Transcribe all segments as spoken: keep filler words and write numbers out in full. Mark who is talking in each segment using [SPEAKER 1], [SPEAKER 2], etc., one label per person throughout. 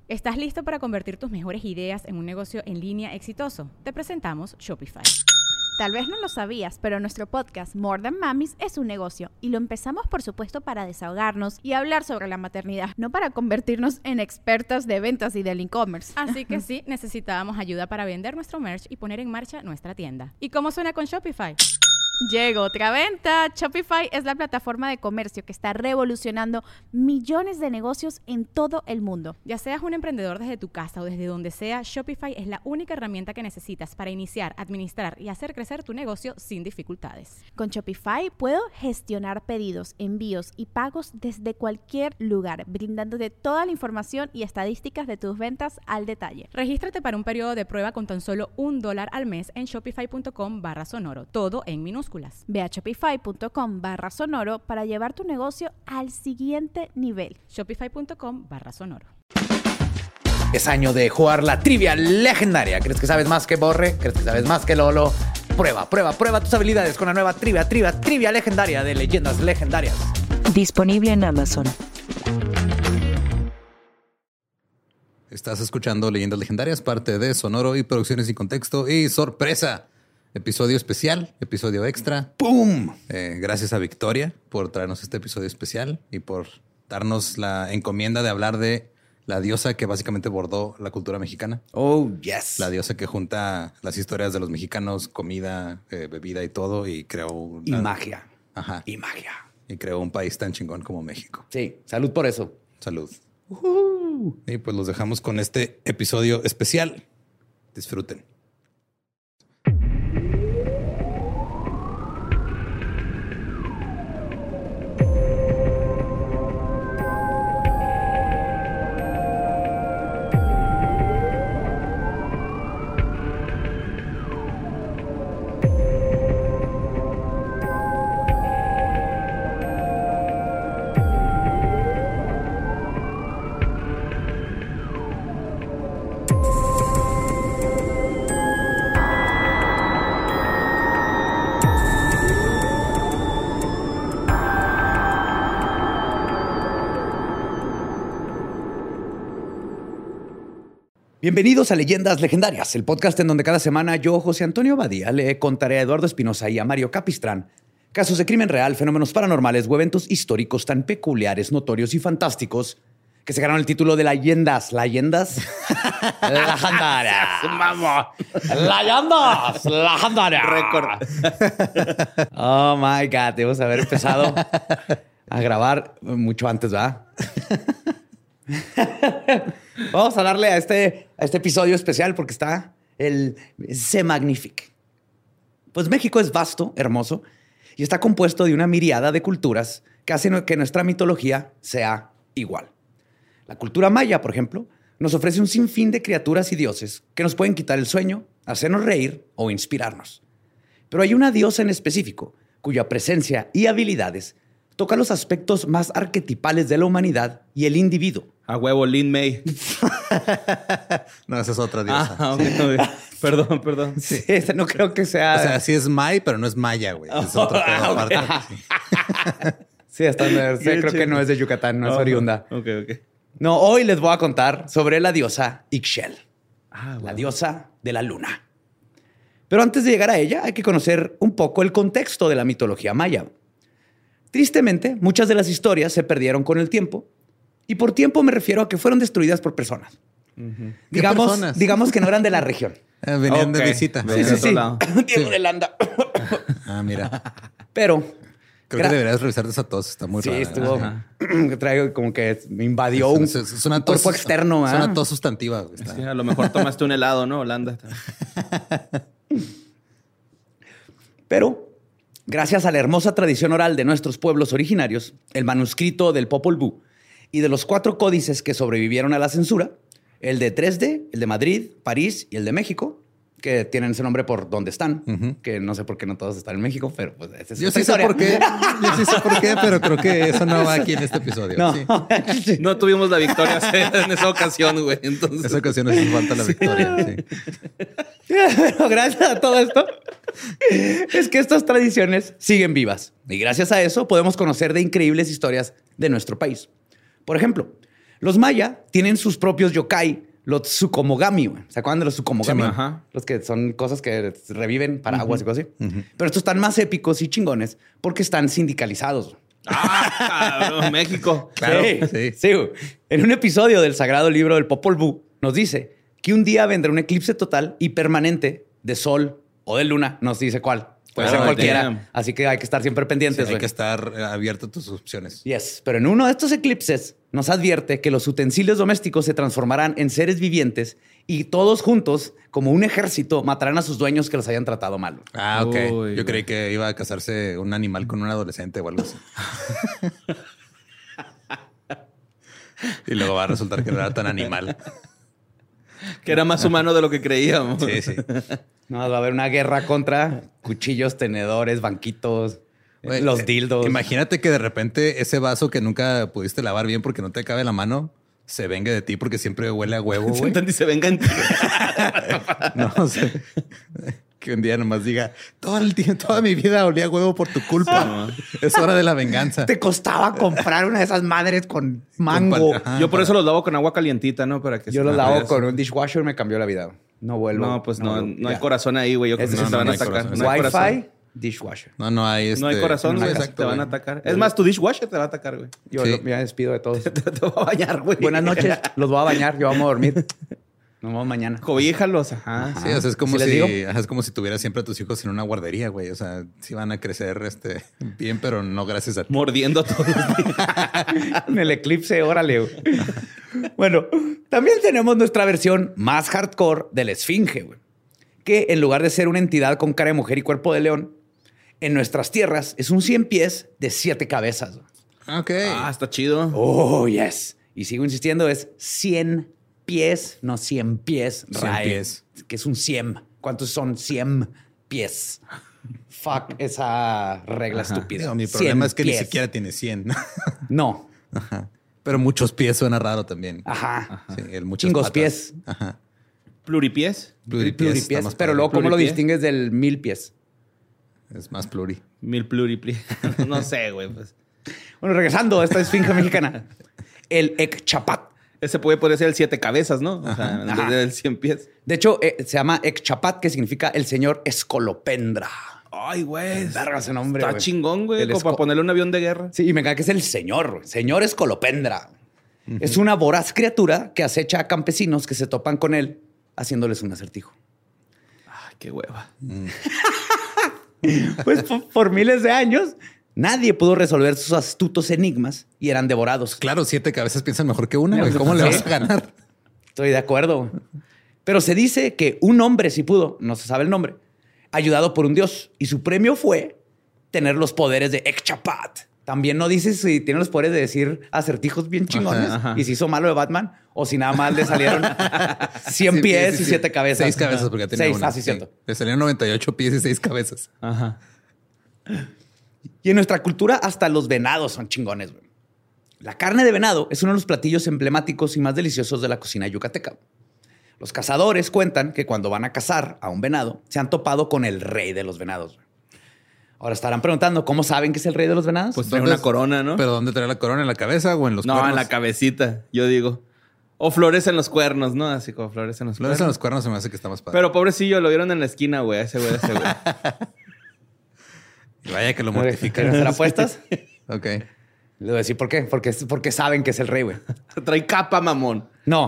[SPEAKER 1] ¿Estás listo para convertir tus mejores ideas en un negocio en línea exitoso? Te presentamos Shopify.
[SPEAKER 2] Tal vez no lo sabías, pero nuestro podcast More Than Mamis es un negocio y lo empezamos por supuesto para desahogarnos y hablar sobre la maternidad, no para convertirnos en expertas de ventas y del e-commerce.
[SPEAKER 1] Así que sí, necesitábamos ayuda para vender nuestro merch y poner en marcha nuestra tienda. ¿Y cómo suena con Shopify?
[SPEAKER 2] Llegó otra venta. Shopify es la plataforma de comercio que está revolucionando millones de negocios en todo el mundo.
[SPEAKER 1] Ya seas un emprendedor desde tu casa o desde donde sea, Shopify es la única herramienta que necesitas para iniciar, administrar y hacer crecer tu negocio sin dificultades.
[SPEAKER 2] Con Shopify puedo gestionar pedidos, envíos y pagos desde cualquier lugar, brindándote toda la información y estadísticas de tus ventas al detalle.
[SPEAKER 1] Regístrate para un periodo de prueba con tan solo un dólar al mes en shopify.com barra sonoro, todo en minúsculas.
[SPEAKER 2] Ve a shopify.com barra sonoro para llevar tu negocio al siguiente nivel.
[SPEAKER 1] Shopify.com barra sonoro.
[SPEAKER 3] Es año de jugar la trivia legendaria. ¿Crees que sabes más que Borre? ¿Crees que sabes más que Lolo? Prueba, prueba, prueba tus habilidades con la nueva trivia, trivia, trivia legendaria de Leyendas Legendarias.
[SPEAKER 4] Disponible en Amazon.
[SPEAKER 5] Estás escuchando Leyendas Legendarias, parte de Sonoro y Producciones Sin Contexto y Sorpresa. Episodio especial, episodio extra.
[SPEAKER 3] ¡Pum!
[SPEAKER 5] Eh, gracias a Victoria por traernos este episodio especial y por darnos la encomienda de hablar de la diosa que básicamente bordó la cultura mexicana.
[SPEAKER 3] Oh, yes.
[SPEAKER 5] La diosa que junta las historias de los mexicanos, comida, eh, bebida y todo, y creó una...
[SPEAKER 3] Y magia.
[SPEAKER 5] Ajá.
[SPEAKER 3] Y magia.
[SPEAKER 5] Y creó un país tan chingón como México.
[SPEAKER 3] Sí, salud por eso.
[SPEAKER 5] Salud. Uh-huh. Y pues los dejamos con este episodio especial. Disfruten.
[SPEAKER 3] Bienvenidos a Leyendas Legendarias, el podcast en donde cada semana yo, José Antonio Badía, le contaré a Eduardo Espinosa y a Mario Capistrán casos de crimen real, fenómenos paranormales o eventos históricos tan peculiares, notorios y fantásticos que se ganaron el título de Leyendas. ¿Leyendas? Legendarias.
[SPEAKER 6] Vamos.
[SPEAKER 3] Leyendas Legendarias.
[SPEAKER 6] Récord.
[SPEAKER 3] Oh my God, debemos haber empezado a grabar mucho antes, ¿verdad? Vamos a darle a este, a este episodio especial porque está el Se Magnifique. Pues México es vasto, hermoso y está compuesto de una miriada de culturas que hacen que nuestra mitología sea igual. La cultura maya, por ejemplo, nos ofrece un sinfín de criaturas y dioses que nos pueden quitar el sueño, hacernos reír o inspirarnos. Pero hay una diosa en específico cuya presencia y habilidades toca los aspectos más arquetipales de la humanidad y el individuo.
[SPEAKER 6] A huevo, Lin May.
[SPEAKER 5] No, esa es otra diosa.
[SPEAKER 6] Ah, okay, okay. Perdón, perdón.
[SPEAKER 3] Sí, ese no creo que sea...
[SPEAKER 5] O sea, sí es May, pero no es Maya, güey. Es otro pedo aparte.
[SPEAKER 3] Sí, hasta donde sé, creo que no es de Yucatán, no es oriunda.
[SPEAKER 6] Ok, ok.
[SPEAKER 3] No, hoy les voy a contar sobre la diosa Ixchel,
[SPEAKER 6] Ah,
[SPEAKER 3] la diosa de la luna. Pero antes de llegar a ella, hay que conocer un poco el contexto de la mitología maya. Tristemente, muchas de las historias se perdieron con el tiempo. Y por tiempo me refiero a que fueron destruidas por personas.
[SPEAKER 5] ¿Qué
[SPEAKER 3] Digamos,
[SPEAKER 5] personas?
[SPEAKER 3] digamos que no eran de la región.
[SPEAKER 5] Eh, venían
[SPEAKER 6] Ok.
[SPEAKER 5] de visita.
[SPEAKER 6] Sí,
[SPEAKER 3] Sí, sí, sí.
[SPEAKER 6] lado.
[SPEAKER 3] Diego de Landa.
[SPEAKER 5] Ah, mira.
[SPEAKER 3] Pero...
[SPEAKER 5] Creo
[SPEAKER 3] gra-
[SPEAKER 5] que deberías revisar esa tos. Está muy
[SPEAKER 3] Sí,
[SPEAKER 5] rara.
[SPEAKER 3] estuvo...
[SPEAKER 6] Ajá.
[SPEAKER 3] Traigo como que me invadió un,
[SPEAKER 5] Es, es- es una
[SPEAKER 3] un
[SPEAKER 5] tos,
[SPEAKER 3] cuerpo externo.
[SPEAKER 5] Es
[SPEAKER 3] ¿ah?
[SPEAKER 5] una tos sustantiva. Güey. Está-
[SPEAKER 6] Sí, a lo mejor tomaste un helado, ¿no? Holanda.
[SPEAKER 3] Pero, gracias a la hermosa tradición oral de nuestros pueblos originarios, el manuscrito del Popol Vuh y de los cuatro códices que sobrevivieron a la censura, el de tres D, el de Madrid, París y el de México, que tienen ese nombre por donde están, uh-huh. que no sé por qué no todos están en México, pero pues esa es
[SPEAKER 5] Yo
[SPEAKER 3] otra
[SPEAKER 5] sí sé
[SPEAKER 3] historia.
[SPEAKER 5] por qué. Yo sí sé por qué, pero creo que eso no va aquí en este episodio.
[SPEAKER 3] No.
[SPEAKER 5] Sí.
[SPEAKER 6] No tuvimos la victoria en esa ocasión, güey.
[SPEAKER 5] En
[SPEAKER 6] Entonces,
[SPEAKER 5] esa ocasión nos falta la victoria. Sí.
[SPEAKER 3] Pero gracias a todo esto, es que estas tradiciones siguen vivas. Y gracias a eso podemos conocer de increíbles historias de nuestro país. Por ejemplo, Los maya tienen sus propios yokai, los tsukomogami. Güey. ¿Se acuerdan de los tsukomogami?
[SPEAKER 6] Sí, ajá.
[SPEAKER 3] Los que son cosas que reviven paraguas y cosas así. Pero estos están más épicos y chingones porque están sindicalizados.
[SPEAKER 6] Ah, cabrón, México.
[SPEAKER 5] Claro,
[SPEAKER 3] Sí,
[SPEAKER 5] sí.
[SPEAKER 3] sí, güey. En un episodio del sagrado libro del Popol Vuh nos dice que un día vendrá un eclipse total y permanente de sol o de luna. No se dice cuál. Puede
[SPEAKER 6] Claro,
[SPEAKER 3] ser cualquiera.
[SPEAKER 6] damn.
[SPEAKER 3] Así que hay que estar siempre pendientes.
[SPEAKER 5] Sí, hay
[SPEAKER 3] güey.
[SPEAKER 5] que estar eh, abierto a tus opciones.
[SPEAKER 3] Yes. Pero en uno de estos eclipses nos advierte que los utensilios domésticos se transformarán en seres vivientes y todos juntos, como un ejército, matarán a sus dueños que los hayan tratado mal.
[SPEAKER 5] Ah, ok.
[SPEAKER 6] Uy,
[SPEAKER 5] Yo
[SPEAKER 6] güey.
[SPEAKER 5] creí que iba a casarse un animal con un adolescente o algo así. Y luego va a resultar que no era tan animal.
[SPEAKER 6] Que era más humano de lo que creíamos.
[SPEAKER 5] Sí, sí.
[SPEAKER 3] No, va a haber una guerra contra cuchillos, tenedores, banquitos,
[SPEAKER 5] Güey,
[SPEAKER 3] los
[SPEAKER 5] eh,
[SPEAKER 3] dildos.
[SPEAKER 5] Imagínate que de repente ese vaso que nunca pudiste lavar bien porque no te cabe la mano se venga de ti porque siempre huele a huevo, güey.
[SPEAKER 6] Entendí, se venga en ti.
[SPEAKER 5] No, o sea, que un día nomás diga, todo el tiempo, toda mi vida olía a huevo por tu culpa. Es hora de la venganza.
[SPEAKER 3] Te costaba comprar una de esas madres con mango.
[SPEAKER 5] pan- ajá.
[SPEAKER 6] Yo por eso los lavo con agua calientita, ¿no? Para que
[SPEAKER 3] Yo
[SPEAKER 6] se
[SPEAKER 3] lo
[SPEAKER 6] me
[SPEAKER 3] lavo
[SPEAKER 6] vaya
[SPEAKER 3] con
[SPEAKER 6] eso.
[SPEAKER 3] un dishwasher y me cambió la vida. No vuelvo.
[SPEAKER 6] No, pues no,
[SPEAKER 3] vuelvo.
[SPEAKER 6] no hay
[SPEAKER 3] Ya.
[SPEAKER 6] corazón ahí, güey. Yo creo que
[SPEAKER 3] Ese
[SPEAKER 6] sí
[SPEAKER 3] sí
[SPEAKER 6] te van
[SPEAKER 5] no
[SPEAKER 6] a
[SPEAKER 5] hay
[SPEAKER 6] atacar.
[SPEAKER 5] corazón.
[SPEAKER 6] No hay corazón.
[SPEAKER 3] Wi-Fi, dishwasher.
[SPEAKER 5] No, no hay este.
[SPEAKER 6] No hay corazón, güey.
[SPEAKER 5] exacto,
[SPEAKER 6] Te van a
[SPEAKER 5] güey.
[SPEAKER 6] atacar. Es más, tu dishwasher te va a atacar, güey.
[SPEAKER 3] Yo
[SPEAKER 5] Sí.
[SPEAKER 3] lo- me despido de todos.
[SPEAKER 6] Te, te va a bañar, güey.
[SPEAKER 3] Buenas noches. Los voy a bañar. Yo vamos a dormir. Nos vemos mañana.
[SPEAKER 6] Cobíjalos, ajá.
[SPEAKER 5] Sí, o sea, es como
[SPEAKER 3] ¿Sí les
[SPEAKER 5] si,
[SPEAKER 3] digo?
[SPEAKER 5] ajá, es como si tuvieras siempre a tus hijos en una guardería, güey. O sea, sí van a crecer este, bien, pero no gracias a ti.
[SPEAKER 6] Mordiendo todos los días.
[SPEAKER 3] En el eclipse, órale. güey. Bueno, también tenemos nuestra versión más hardcore de la Esfinge, güey. Que en lugar de ser una entidad con cara de mujer y cuerpo de león, en nuestras tierras es un cien pies de siete cabezas. güey.
[SPEAKER 5] Ok.
[SPEAKER 6] Ah, está chido.
[SPEAKER 3] Oh, yes. Y sigo insistiendo, es cien pies, no cien pies.
[SPEAKER 5] cien
[SPEAKER 3] Rae,
[SPEAKER 5] pies.
[SPEAKER 3] Que es un cien. ¿Cuántos son cien pies? Fuck esa regla estúpida.
[SPEAKER 5] Digo, mi
[SPEAKER 3] cien
[SPEAKER 5] problema es que
[SPEAKER 3] pies.
[SPEAKER 5] ni siquiera tiene cien.
[SPEAKER 3] No.
[SPEAKER 5] Ajá. Pero muchos pies suena raro también.
[SPEAKER 3] Ajá.
[SPEAKER 5] Sí, el muchos
[SPEAKER 3] Chingos
[SPEAKER 5] patas.
[SPEAKER 3] pies.
[SPEAKER 5] Ajá.
[SPEAKER 6] Pluripies.
[SPEAKER 5] Pluripies.
[SPEAKER 3] Pluripies.
[SPEAKER 5] está más
[SPEAKER 3] Pero
[SPEAKER 5] padre.
[SPEAKER 3] luego, ¿cómo lo
[SPEAKER 6] Pluripies.
[SPEAKER 3] distingues del mil pies?
[SPEAKER 5] Es más pluri.
[SPEAKER 6] Mil pluripies. No sé, güey. Pues.
[SPEAKER 3] Bueno, regresando a esta esfinge mexicana. El Ecchapat.
[SPEAKER 6] Ese puede, podría ser el siete cabezas, ¿no? O sea, en vez
[SPEAKER 3] Ajá.
[SPEAKER 6] del cien pies.
[SPEAKER 3] De hecho, eh, se llama Ecchapat, que significa el señor Escolopendra.
[SPEAKER 6] Ay, güey.
[SPEAKER 3] Verga ese nombre,
[SPEAKER 6] Está
[SPEAKER 3] güey.
[SPEAKER 6] chingón, güey.
[SPEAKER 3] El
[SPEAKER 6] Como
[SPEAKER 3] esco-
[SPEAKER 6] para ponerle un avión de guerra.
[SPEAKER 3] Sí, y me encanta que es el señor, güey. Señor Escolopendra. Es una voraz criatura que acecha a campesinos que se topan con él haciéndoles un acertijo.
[SPEAKER 6] Ay, qué hueva.
[SPEAKER 3] Pues por, por miles de años, nadie pudo resolver sus astutos enigmas y eran devorados.
[SPEAKER 5] Claro, siete cabezas piensan mejor que una, güey. ¿Cómo le
[SPEAKER 3] Sí.
[SPEAKER 5] vas a ganar?
[SPEAKER 3] Estoy de acuerdo. Pero se dice que un hombre sí pudo, no se sabe el nombre, ayudado por un dios. Y su premio fue tener los poderes de Ecchapat. También no dice si tiene los poderes de decir acertijos bien chingones
[SPEAKER 6] Ajá, ajá.
[SPEAKER 3] y si hizo malo de Batman o si nada más le salieron cien
[SPEAKER 5] Sí,
[SPEAKER 3] pies
[SPEAKER 5] sí, sí,
[SPEAKER 3] y
[SPEAKER 5] sí.
[SPEAKER 3] siete cabezas.
[SPEAKER 5] Seis cabezas porque tenía
[SPEAKER 3] Seis,
[SPEAKER 5] una.
[SPEAKER 3] ah, sí, cierto.
[SPEAKER 5] Le salieron noventa y ocho pies y seis cabezas.
[SPEAKER 6] Ajá.
[SPEAKER 3] Y en nuestra cultura hasta los venados son chingones. Güey. La carne de venado es uno de los platillos emblemáticos y más deliciosos de la cocina yucateca. Los cazadores cuentan que cuando van a cazar a un venado, se han topado con el rey de los venados. güey. Ahora estarán preguntando, ¿cómo saben que es el rey de los venados?
[SPEAKER 6] Pues trae
[SPEAKER 5] ¿Dónde
[SPEAKER 6] una
[SPEAKER 5] es?
[SPEAKER 6] corona, ¿no?
[SPEAKER 5] ¿Pero dónde trae la corona? ¿En la cabeza o en los
[SPEAKER 6] no,
[SPEAKER 5] cuernos?
[SPEAKER 6] en la cabecita, yo digo. O flores en los cuernos, ¿no? Así como flores en los
[SPEAKER 5] Flores en
[SPEAKER 6] cuernos.
[SPEAKER 5] los cuernos se me hace que está más padre.
[SPEAKER 6] Pero pobrecillo, lo vieron en la esquina, güey. Ese güey, ese güey.
[SPEAKER 5] Y vaya que lo
[SPEAKER 3] ¿Quieren
[SPEAKER 5] mortifican.
[SPEAKER 3] hacer apuestas?
[SPEAKER 5] Ok.
[SPEAKER 3] Le voy a decir por qué. Porque, porque saben que es el rey, güey.
[SPEAKER 6] Trae capa, mamón.
[SPEAKER 3] No.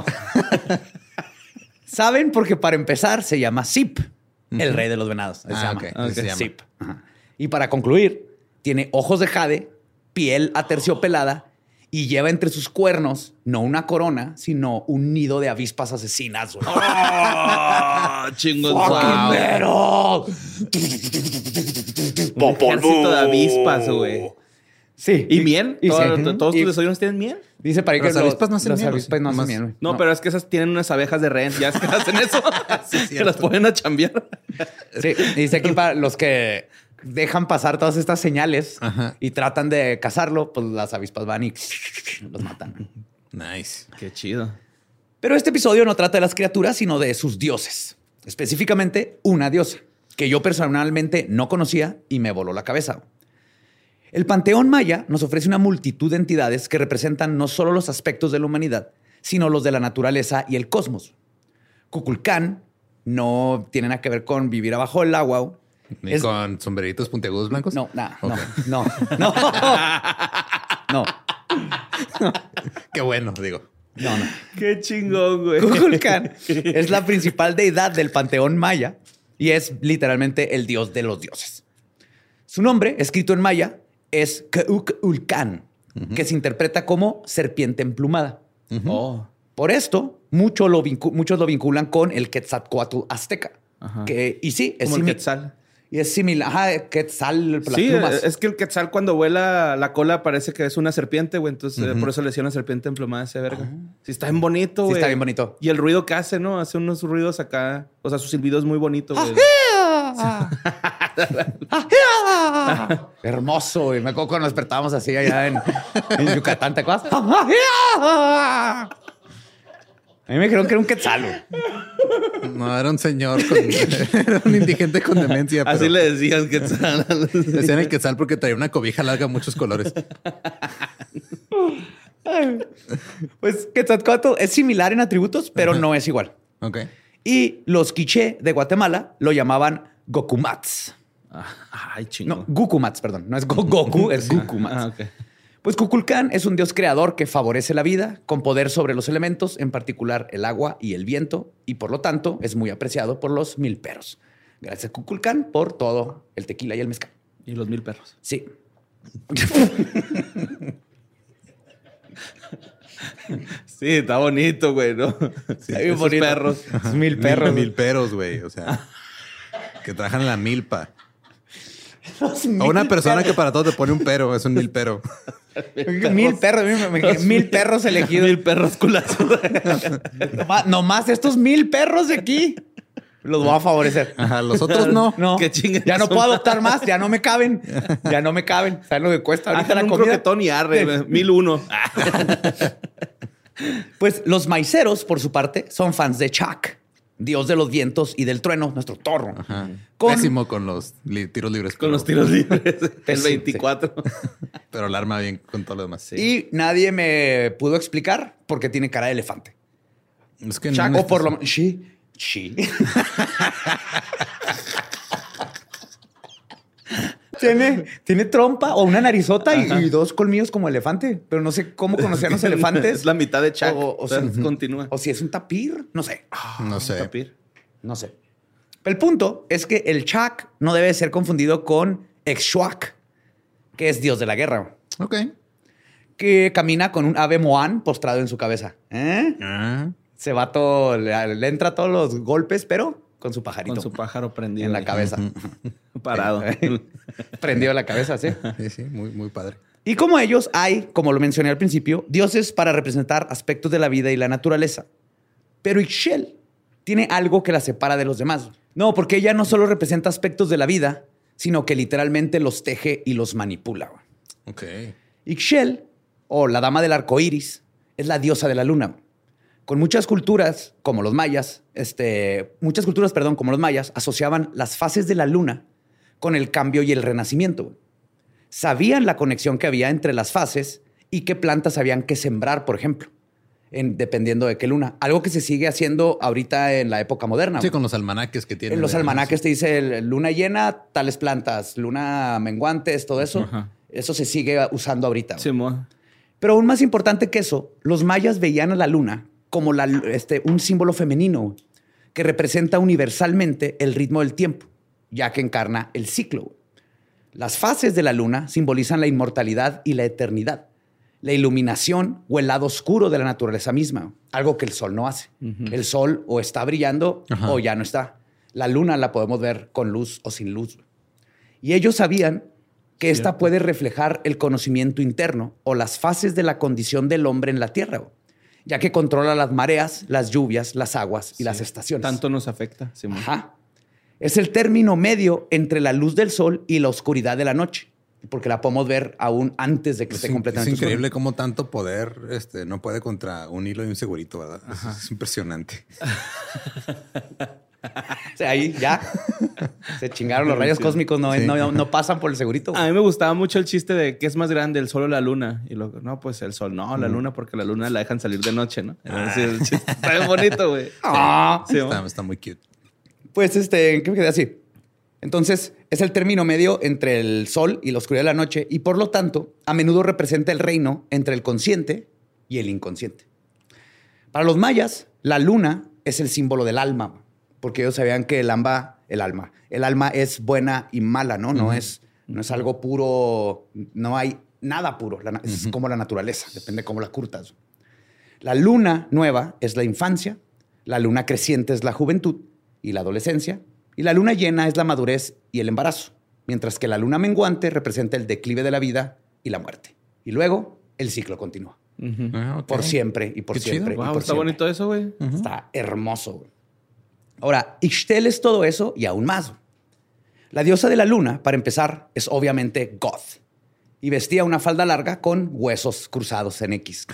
[SPEAKER 3] Saben porque para empezar se llama Zip, el rey de los venados. Así
[SPEAKER 5] Ah,
[SPEAKER 3] se llama.
[SPEAKER 5] ok. Así se llama.
[SPEAKER 3] Zip. Ajá. Y para concluir, tiene ojos de jade, piel aterciopelada y lleva entre sus cuernos no una corona, sino un nido de avispas asesinas. güey.
[SPEAKER 6] ¡Oh! ¡Chingón!
[SPEAKER 3] ¡Fucking
[SPEAKER 6] Wow.
[SPEAKER 3] mero!
[SPEAKER 6] Un ejército de avispas, güey.
[SPEAKER 3] Sí.
[SPEAKER 6] ¿Y miel?
[SPEAKER 3] Y,
[SPEAKER 6] ¿Todo-
[SPEAKER 3] sí.
[SPEAKER 6] to- ¿Todos
[SPEAKER 3] Y
[SPEAKER 6] tus desayunos tienen miel?
[SPEAKER 3] dice para ahí que
[SPEAKER 5] Las avispas no hacen
[SPEAKER 3] las
[SPEAKER 5] miel, ¿o
[SPEAKER 3] avispas
[SPEAKER 5] sí?
[SPEAKER 3] no hacen
[SPEAKER 5] Nomás-
[SPEAKER 3] miel, güey.
[SPEAKER 6] No, pero es que esas tienen unas abejas de rehén. Ya es que hacen eso. que las ponen a chambear.
[SPEAKER 3] Sí, dice aquí para los que dejan pasar todas estas señales
[SPEAKER 5] Ajá.
[SPEAKER 3] y tratan de cazarlo, pues las avispas van y los matan.
[SPEAKER 5] Nice.
[SPEAKER 6] Qué chido.
[SPEAKER 3] Pero este episodio no trata de las criaturas, sino de sus dioses. Específicamente una diosa que yo personalmente no conocía y me voló la cabeza. El panteón maya nos ofrece una multitud de entidades que representan no solo los aspectos de la humanidad, sino los de la naturaleza y el cosmos. Kukulcán no tiene nada que ver con vivir abajo del agua.
[SPEAKER 5] Ni
[SPEAKER 3] es...
[SPEAKER 5] con sombreritos puntiagudos blancos.
[SPEAKER 3] No, nada,
[SPEAKER 5] Okay.
[SPEAKER 3] no, no, no, no.
[SPEAKER 5] Qué bueno, digo.
[SPEAKER 3] No, no.
[SPEAKER 6] Qué chingón, güey.
[SPEAKER 3] Kukulcán es la principal deidad del panteón maya y es literalmente el dios de los dioses. Su nombre, escrito en maya, es Kukulcán, uh-huh. que se interpreta como serpiente emplumada.
[SPEAKER 6] Uh-huh. Oh.
[SPEAKER 3] Por esto, mucho lo vincu- muchos lo vinculan con el Quetzalcóatl azteca. Que, y sí, es
[SPEAKER 6] como el
[SPEAKER 3] simi-
[SPEAKER 6] Quetzal.
[SPEAKER 3] Y es similar. Ajá, Quetzal, las
[SPEAKER 6] Sí,
[SPEAKER 3] plumas.
[SPEAKER 6] es que el Quetzal cuando vuela la cola parece que es una serpiente, güey. Entonces, uh-huh. por eso le decían una serpiente emplumada a ese verga. Uh-huh. Sí, está bien bonito, güey.
[SPEAKER 3] Sí, está bien bonito.
[SPEAKER 6] Y el ruido que hace, ¿no? Hace unos ruidos acá. O sea, su silbido es muy bonito, güey.
[SPEAKER 3] Hermoso, güey. Me acuerdo cuando nos despertábamos así allá en, en Yucatán, ¿te acuerdas? A mí me dijeron que era un quetzal, güey.
[SPEAKER 5] No, era un señor, con, era un indigente con demencia.
[SPEAKER 6] Así
[SPEAKER 5] pero
[SPEAKER 6] le decían quetzal.
[SPEAKER 5] decían el quetzal porque traía una cobija larga, muchos colores.
[SPEAKER 3] Pues Quetzalcóatl es similar en atributos, pero
[SPEAKER 5] Ajá.
[SPEAKER 3] no es igual.
[SPEAKER 5] Ok.
[SPEAKER 3] Y los quiché de Guatemala lo llamaban Gokumats.
[SPEAKER 6] Ay, chingón.
[SPEAKER 3] No, Gukumats, perdón. No es Go- Goku, es Gukumats.
[SPEAKER 6] Ah, okay.
[SPEAKER 3] Pues Kukulcán es un dios creador que favorece la vida con poder sobre los elementos, en particular el agua y el viento, y por lo tanto es muy apreciado por los milperos. Gracias a Kukulcán por todo el tequila y el mezcal.
[SPEAKER 6] Y los mil perros.
[SPEAKER 3] Sí.
[SPEAKER 6] Sí, está bonito, güey, ¿no? Sí,
[SPEAKER 3] Está bien
[SPEAKER 6] esos
[SPEAKER 3] bonito.
[SPEAKER 6] perros.
[SPEAKER 3] Esos mil perros.
[SPEAKER 5] Mil, mil peros, güey. O sea, que trabajan en la milpa.
[SPEAKER 3] Los
[SPEAKER 5] O
[SPEAKER 3] mil
[SPEAKER 5] una persona
[SPEAKER 3] perros.
[SPEAKER 5] que para todo te pone un pero. Es un mil pero.
[SPEAKER 3] Mil perros. Mil, mil, mil perros elegidos.
[SPEAKER 6] Mil perros culazos.
[SPEAKER 3] Nomás, nomás estos mil perros de aquí los voy a favorecer.
[SPEAKER 5] Ajá, los otros no.
[SPEAKER 3] No,
[SPEAKER 6] Que chinguen
[SPEAKER 3] ya
[SPEAKER 6] a
[SPEAKER 3] no
[SPEAKER 6] su
[SPEAKER 3] puedo
[SPEAKER 6] madre.
[SPEAKER 3] adoptar más, ya no me caben. Ya no me caben. ¿Saben lo que cuesta ahorita
[SPEAKER 6] Hagan
[SPEAKER 3] la
[SPEAKER 6] un
[SPEAKER 3] comida?
[SPEAKER 6] croquetón y arre, güey. Mil uno.
[SPEAKER 3] Pues los maiceros, por su parte, son fans de Chak, dios de los vientos y del trueno, nuestro toro.
[SPEAKER 5] Ajá.
[SPEAKER 3] Con-
[SPEAKER 5] Pésimo con los li- tiros libres.
[SPEAKER 6] Con
[SPEAKER 5] pero-
[SPEAKER 6] los tiros libres. El
[SPEAKER 3] Pésimo,
[SPEAKER 6] veinticuatro.
[SPEAKER 5] Pero la arma bien con todo lo demás. Sí.
[SPEAKER 3] Y nadie me pudo explicar por qué tiene cara de elefante.
[SPEAKER 5] Es que
[SPEAKER 3] Chak,
[SPEAKER 5] no
[SPEAKER 3] o por lo menos... Sí, sí. Tiene, tiene trompa o una narizota y, y dos colmillos como elefante, pero no sé cómo conocían los elefantes.
[SPEAKER 6] Es la mitad de Chuck.
[SPEAKER 3] O, o
[SPEAKER 6] O sea,
[SPEAKER 3] si,
[SPEAKER 6] continúa.
[SPEAKER 3] o si es un tapir, no sé.
[SPEAKER 5] No sé.
[SPEAKER 6] Tapir.
[SPEAKER 3] No sé. El punto es que el Chak no debe ser confundido con Exhuac, que es dios de la guerra,
[SPEAKER 5] Ok.
[SPEAKER 3] que camina con un ave moán postrado en su cabeza. ¿Eh?
[SPEAKER 5] Ah.
[SPEAKER 3] Se va todo, le, le entra todos los golpes, pero con su pajarito.
[SPEAKER 6] Con su pájaro prendido.
[SPEAKER 3] en la
[SPEAKER 6] ahí.
[SPEAKER 3] cabeza.
[SPEAKER 6] Parado.
[SPEAKER 3] Prendido la cabeza, sí.
[SPEAKER 5] Sí, sí, muy, muy padre.
[SPEAKER 3] Y como ellos, hay, como lo mencioné al principio, dioses para representar aspectos de la vida y la naturaleza. Pero Ixchel tiene algo que la separa de los demás. No, porque ella no solo representa aspectos de la vida, sino que literalmente los teje y los manipula.
[SPEAKER 5] Ok.
[SPEAKER 3] Ixchel, o la dama del arco iris, es la diosa de la luna. Con muchas culturas, como los mayas, este, muchas culturas, perdón, como los mayas, asociaban las fases de la luna con el cambio y el renacimiento. Sabían la conexión que había entre las fases y qué plantas habían que sembrar, por ejemplo, en, dependiendo de qué luna. Algo que se sigue haciendo ahorita en la época moderna.
[SPEAKER 5] Sí, con los almanaques que tienen.
[SPEAKER 3] En los
[SPEAKER 5] de-
[SPEAKER 3] almanaques te dice el- luna llena, tales plantas, luna menguantes, todo eso.
[SPEAKER 6] Ajá.
[SPEAKER 3] Eso se sigue usando ahorita.
[SPEAKER 6] Sí, mo.
[SPEAKER 3] Pero aún más importante que eso, los mayas veían a la luna como la, este, un símbolo femenino que representa universalmente el ritmo del tiempo, ya que encarna el ciclo. Las fases de la luna simbolizan la inmortalidad y la eternidad, la iluminación o el lado oscuro de la naturaleza misma, algo que el sol no hace. Uh-huh. El sol o está brillando
[SPEAKER 5] Ajá.
[SPEAKER 3] o ya no está. La luna la podemos ver con luz o sin luz. Y ellos sabían que esta
[SPEAKER 6] Cierto.
[SPEAKER 3] puede reflejar el conocimiento interno o las fases de la condición del hombre en la tierra, ya que controla las mareas, las lluvias, las aguas y
[SPEAKER 6] Sí.
[SPEAKER 3] las estaciones.
[SPEAKER 6] Tanto nos afecta. Sí, mo.
[SPEAKER 3] Ajá. Es el término medio entre la luz del sol y la oscuridad de la noche, porque la podemos ver aún antes de que
[SPEAKER 5] Es,
[SPEAKER 3] esté
[SPEAKER 5] in-
[SPEAKER 3] completamente
[SPEAKER 5] es increíble
[SPEAKER 3] oscura.
[SPEAKER 5] cómo tanto poder este, no puede contra un hilo y un segurito, ¿verdad? Es, es impresionante.
[SPEAKER 3] O sea, ahí ya Se chingaron los rayos cósmicos, no,
[SPEAKER 5] Sí.
[SPEAKER 3] no, no pasan por el segurito.
[SPEAKER 6] A mí me gustaba mucho el chiste de qué es más grande, el sol o la luna. Y lo, no, pues el sol. No, la luna, porque la luna la dejan salir de noche, ¿no?
[SPEAKER 3] Ah.
[SPEAKER 6] Sí, el chiste está bien bonito, güey.
[SPEAKER 3] Ah.
[SPEAKER 6] Sí,
[SPEAKER 5] Está,
[SPEAKER 6] ¿no?
[SPEAKER 5] está muy cute.
[SPEAKER 3] Pues este, ¿qué me quedé así? Entonces, es el término medio entre el sol y la oscuridad de la noche y por lo tanto, a menudo representa el reino entre el consciente y el inconsciente. Para los mayas, la luna es el símbolo del alma, porque ellos sabían que el alma, el alma, el alma es buena y mala, ¿no? No, uh-huh. es, no es algo puro, no hay nada puro, la, es uh-huh. como la naturaleza, depende de cómo la curtas. La luna nueva es la infancia, la luna creciente es la juventud y la adolescencia, y la luna llena es la madurez y el embarazo, mientras que la luna menguante representa el declive de la vida y la muerte. Y luego el ciclo continúa.
[SPEAKER 6] Uh-huh.
[SPEAKER 5] Ah, okay.
[SPEAKER 3] Por siempre y por
[SPEAKER 5] Qué
[SPEAKER 3] siempre.
[SPEAKER 5] chido.
[SPEAKER 3] Y
[SPEAKER 6] Wow,
[SPEAKER 3] por
[SPEAKER 6] está
[SPEAKER 3] siempre.
[SPEAKER 6] bonito eso, güey.
[SPEAKER 5] Uh-huh.
[SPEAKER 3] Está hermoso, güey. Ahora, Ixtel es todo eso y aún más. La diosa de la luna, para empezar, es obviamente Goth. Y vestía una falda larga con huesos cruzados en X.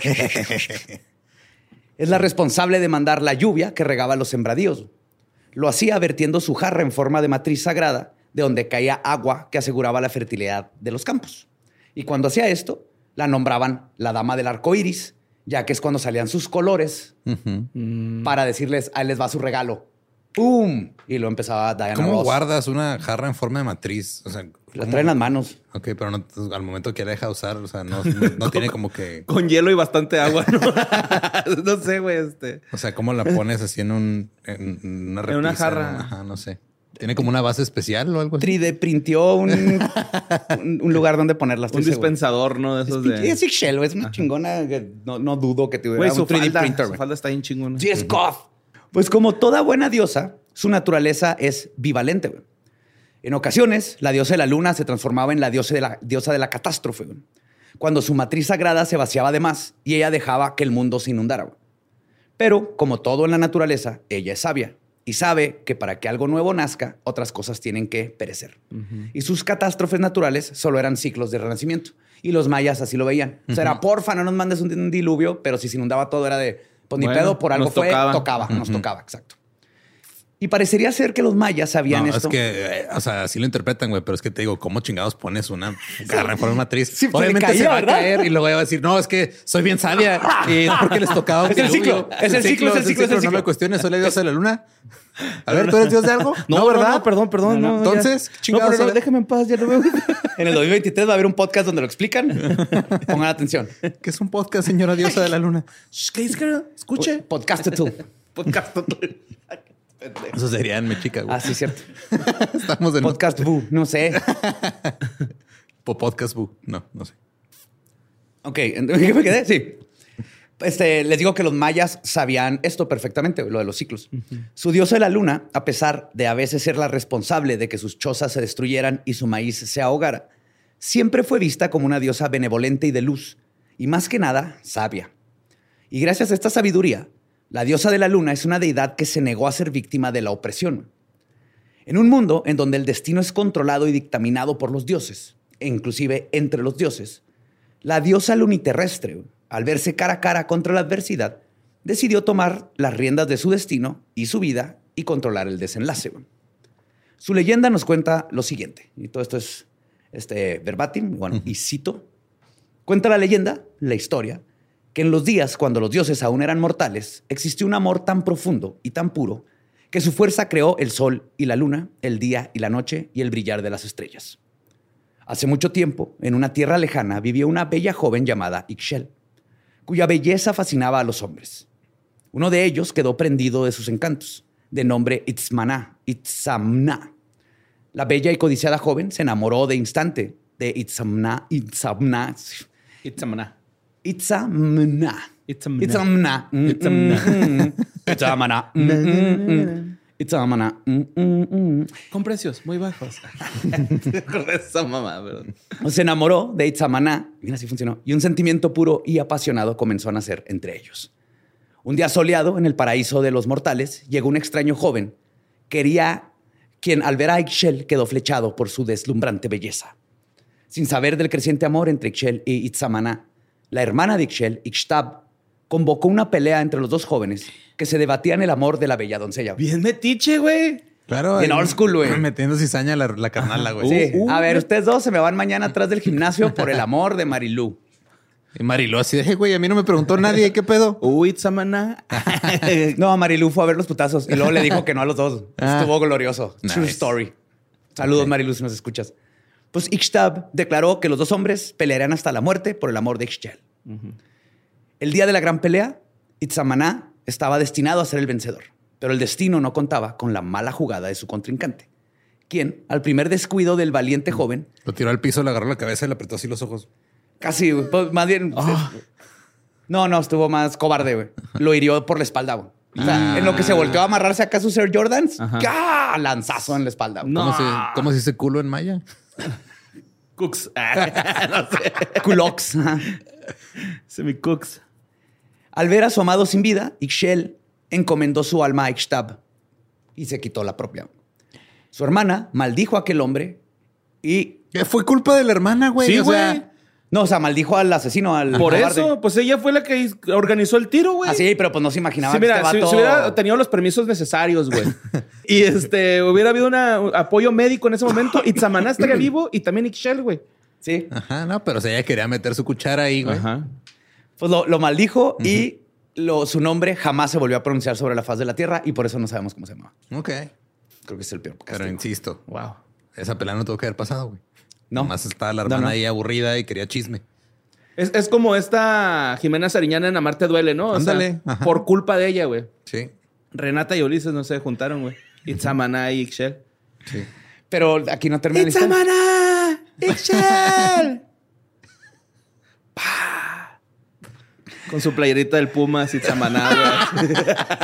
[SPEAKER 3] Es la responsable de mandar la lluvia que regaba los sembradíos. Lo hacía vertiendo su jarra en forma de matriz sagrada, de donde caía agua que aseguraba la fertilidad de los campos. Y cuando hacía esto, la nombraban la dama del arco iris, ya que es cuando salían sus colores
[SPEAKER 5] Uh-huh.
[SPEAKER 6] Mm.
[SPEAKER 3] para decirles, ahí les va su regalo. ¡Pum! Y lo empezaba Diana
[SPEAKER 5] ¿Cómo
[SPEAKER 3] Ross.
[SPEAKER 5] guardas una jarra en forma de matriz? O sea,
[SPEAKER 3] La
[SPEAKER 5] ¿cómo?
[SPEAKER 3] traen en las manos.
[SPEAKER 5] Ok, pero no, al momento que la deja usar, o sea, no, no, no tiene como que...
[SPEAKER 6] Con hielo y bastante agua, ¿no? No sé, güey, este.
[SPEAKER 5] O sea, ¿cómo la pones así en, un, en una
[SPEAKER 6] En una
[SPEAKER 5] repisa?
[SPEAKER 6] jarra.
[SPEAKER 5] Ajá, no sé. ¿Tiene como una base especial o algo así?
[SPEAKER 3] tres D printió un, un, un lugar donde ponerlas.
[SPEAKER 6] Un dispensador, ¿no? De esos de...
[SPEAKER 3] Es Ixchel, es una chingona. Que no, no dudo que tuviera
[SPEAKER 6] Güey,
[SPEAKER 3] un
[SPEAKER 6] su
[SPEAKER 3] tres D
[SPEAKER 6] falda,
[SPEAKER 3] printer.
[SPEAKER 6] su
[SPEAKER 3] güey.
[SPEAKER 6] falda está bien chingona.
[SPEAKER 3] Sí, es Goth. Pues como toda buena diosa, su naturaleza es bivalente. Güey. En ocasiones, la diosa de la luna se transformaba en la diosa de la, diosa de la catástrofe, güey, cuando su matriz sagrada se vaciaba de más y ella dejaba que el mundo se inundara. Güey. Pero, como todo en la naturaleza, ella es sabia y sabe que para que algo nuevo nazca, otras cosas tienen que perecer. Uh-huh. Y sus catástrofes naturales solo eran ciclos de renacimiento. Y los mayas así lo veían. Uh-huh. O sea, era, porfa, no nos mandes un, un diluvio, pero si se inundaba todo era de, pues ni
[SPEAKER 6] bueno,
[SPEAKER 3] pedo, por algo
[SPEAKER 6] nos
[SPEAKER 3] fue,
[SPEAKER 6] tocaba,
[SPEAKER 3] tocaba,
[SPEAKER 5] Uh-huh.
[SPEAKER 3] nos tocaba, exacto. Y parecería ser que los mayas sabían
[SPEAKER 5] No,
[SPEAKER 3] esto.
[SPEAKER 5] es que, eh, o sea, así lo interpretan, güey, pero es que te digo, ¿cómo chingados pones una jarra en forma de matriz?
[SPEAKER 3] Sí, pues,
[SPEAKER 5] Obviamente
[SPEAKER 3] le caía,
[SPEAKER 5] se va
[SPEAKER 3] ¿verdad?
[SPEAKER 5] a caer y luego va a decir, no, es que soy bien sabia y es porque les tocaba un
[SPEAKER 3] Es el
[SPEAKER 5] diluvio.
[SPEAKER 3] ciclo, es el ciclo, es el ciclo, es el
[SPEAKER 5] No
[SPEAKER 3] ciclo.
[SPEAKER 5] me cuestiones, soy la diosa de la luna. A ver, ¿tú eres dios de algo?
[SPEAKER 6] No,
[SPEAKER 5] ¿verdad?
[SPEAKER 6] No, perdón, perdón. No, no,
[SPEAKER 5] Entonces,
[SPEAKER 6] ya.
[SPEAKER 5] chingados.
[SPEAKER 6] No, pero no, déjame en paz, ya lo veo.
[SPEAKER 3] En el dos mil veintitrés va a haber un podcast donde lo explican. Pongan atención.
[SPEAKER 5] ¿Qué es un podcast, señora diosa de la luna?
[SPEAKER 6] ¿Qué es que escuche?
[SPEAKER 3] Podcast tú.
[SPEAKER 6] Podcast.
[SPEAKER 5] Eso sería en Mexica, güey.
[SPEAKER 3] Ah, sí, cierto.
[SPEAKER 5] Estamos en
[SPEAKER 3] Podcast Boo. No sé.
[SPEAKER 5] Po- podcast bu. No, no sé.
[SPEAKER 3] Ok, ¿en qué me quedé? Sí. Este, les digo que los mayas sabían esto perfectamente, lo de los ciclos. Uh-huh. Su diosa de la luna, a pesar de a veces ser la responsable de que sus chozas se destruyeran y su maíz se ahogara, siempre fue vista como una diosa benevolente y de luz, y más que nada, sabia. Y gracias a esta sabiduría, la diosa de la luna es una deidad que se negó a ser víctima de la opresión. En un mundo en donde el destino es controlado y dictaminado por los dioses, e inclusive entre los dioses, la diosa luniterrestre, al verse cara a cara contra la adversidad, decidió tomar las riendas de su destino y su vida y controlar el desenlace. Su leyenda nos cuenta lo siguiente, y todo esto es este, verbatim, bueno, y cito. Cuenta la leyenda, la historia, que en los días cuando los dioses aún eran mortales, existió un amor tan profundo y tan puro que su fuerza creó el sol y la luna, el día y la noche y el brillar de las estrellas. Hace mucho tiempo, en una tierra lejana, vivía una bella joven llamada Ixchel, cuya belleza fascinaba a los hombres. Uno de ellos quedó prendido de sus encantos, de nombre Itzmaná, Itzamná. La bella y codiciada joven se enamoró de instante de Itzamná, Itzamná,
[SPEAKER 6] Itzamana.
[SPEAKER 3] Itzamná.
[SPEAKER 6] Itzamna.
[SPEAKER 3] Itzamná. Mm,
[SPEAKER 6] Itzamna.
[SPEAKER 3] mm, mm. Itzamná. Mm, mm, mm. Itzamná. Mm, mm, mm.
[SPEAKER 6] Con precios muy bajos. Con esa mamá, perdón.
[SPEAKER 3] Se enamoró de Itzamaná, mira, así funcionó, y un sentimiento puro y apasionado comenzó a nacer entre ellos. Un día soleado en el paraíso de los mortales, llegó un extraño joven, quería, quien al ver a Ixchel quedó flechado por su deslumbrante belleza. Sin saber del creciente amor entre Ixchel y Itzamaná, la hermana de Ixchel, Ixtab, convocó una pelea entre los dos jóvenes que se debatían el amor de la bella doncella.
[SPEAKER 6] Bien metiche, güey.
[SPEAKER 5] Claro.
[SPEAKER 3] Bien old school, güey.
[SPEAKER 5] Metiendo cizaña la, la carnala, güey.
[SPEAKER 3] Sí.
[SPEAKER 6] Uh, uh.
[SPEAKER 3] A ver, ustedes dos se me van mañana atrás del gimnasio por el amor de Marilú.
[SPEAKER 5] Y Marilú así de, hey, güey, a mí no me preguntó nadie, ¿qué pedo?
[SPEAKER 6] Uy, Itzamana.
[SPEAKER 3] No, Marilú fue a ver los putazos y luego le dijo que no a los dos.
[SPEAKER 5] Ah.
[SPEAKER 3] Estuvo glorioso.
[SPEAKER 5] Nice.
[SPEAKER 3] True story. Saludos,
[SPEAKER 5] Ok.
[SPEAKER 3] Marilú, si nos escuchas. Pues Ixtab declaró que los dos hombres pelearían hasta la muerte por el amor de Ixchel. Uh-huh. El día de la gran pelea, Itzamaná estaba destinado a ser el vencedor, pero el destino no contaba con la mala jugada de su contrincante, quien, al primer descuido del valiente joven,
[SPEAKER 5] Lo tiró al piso, le agarró la cabeza y le apretó así los ojos.
[SPEAKER 3] casi, pues, más bien...
[SPEAKER 6] Oh.
[SPEAKER 3] No, no, estuvo más cobarde, güey. Lo hirió por la espalda, güey. O sea, ah. en lo que se volteó a amarrarse acá sus Air Jordans, ¡ah! Lanzazo en la espalda. Güey.
[SPEAKER 6] No.
[SPEAKER 5] ¿Cómo, se, ¿Cómo se dice culo en maya?
[SPEAKER 6] Cooks. No sé.
[SPEAKER 3] Culox.
[SPEAKER 6] Semi-cooks.
[SPEAKER 3] Al ver a su amado sin vida, Ixchel encomendó su alma a Ixtab y se quitó la propia. Su hermana maldijo a aquel hombre y...
[SPEAKER 5] Fue culpa de la hermana, güey.
[SPEAKER 6] Sí,
[SPEAKER 5] o
[SPEAKER 6] güey.
[SPEAKER 5] sea,
[SPEAKER 3] No, o sea, maldijo al asesino, al
[SPEAKER 6] Por
[SPEAKER 3] cobarde.
[SPEAKER 6] eso, pues ella fue la que organizó el tiro, güey.
[SPEAKER 3] Ah, sí, pero pues no se imaginaba
[SPEAKER 6] Sí,
[SPEAKER 3] que
[SPEAKER 6] mira,
[SPEAKER 3] este
[SPEAKER 6] si,
[SPEAKER 3] vato...
[SPEAKER 6] si hubiera tenido los permisos necesarios, güey. Y este, hubiera habido una, un apoyo médico en ese momento. Itzamaná estaría vivo y también Ixchel, güey.
[SPEAKER 3] Sí.
[SPEAKER 5] Ajá, no, pero o sea, ella quería meter su cuchara ahí, güey.
[SPEAKER 6] Ajá.
[SPEAKER 3] Pues lo, lo maldijo uh-huh. y lo, su nombre jamás se volvió a pronunciar sobre la faz de la tierra y por eso no sabemos cómo se llamaba.
[SPEAKER 5] Ok.
[SPEAKER 3] Creo que es el peor castigo.
[SPEAKER 5] Pero insisto,
[SPEAKER 6] Wow.
[SPEAKER 5] esa pelea no tuvo que haber pasado, güey.
[SPEAKER 3] No.
[SPEAKER 5] Más estaba la hermana
[SPEAKER 3] No, no.
[SPEAKER 5] ahí aburrida y quería chisme.
[SPEAKER 6] Es, es como esta Jimena Sariñana en Amarte Duele, ¿no? O
[SPEAKER 5] Ándale,
[SPEAKER 6] sea,
[SPEAKER 5] ajá.
[SPEAKER 6] por culpa de ella, güey.
[SPEAKER 5] Sí.
[SPEAKER 6] Renata y Ulises no se juntaron, güey. Itzamaná y Ixchel.
[SPEAKER 5] Sí.
[SPEAKER 3] Pero aquí no termina la historia.
[SPEAKER 6] ¡Itzamaná! ¡Ixchel! Con su playerita del Pumas, Itzamaná, güey.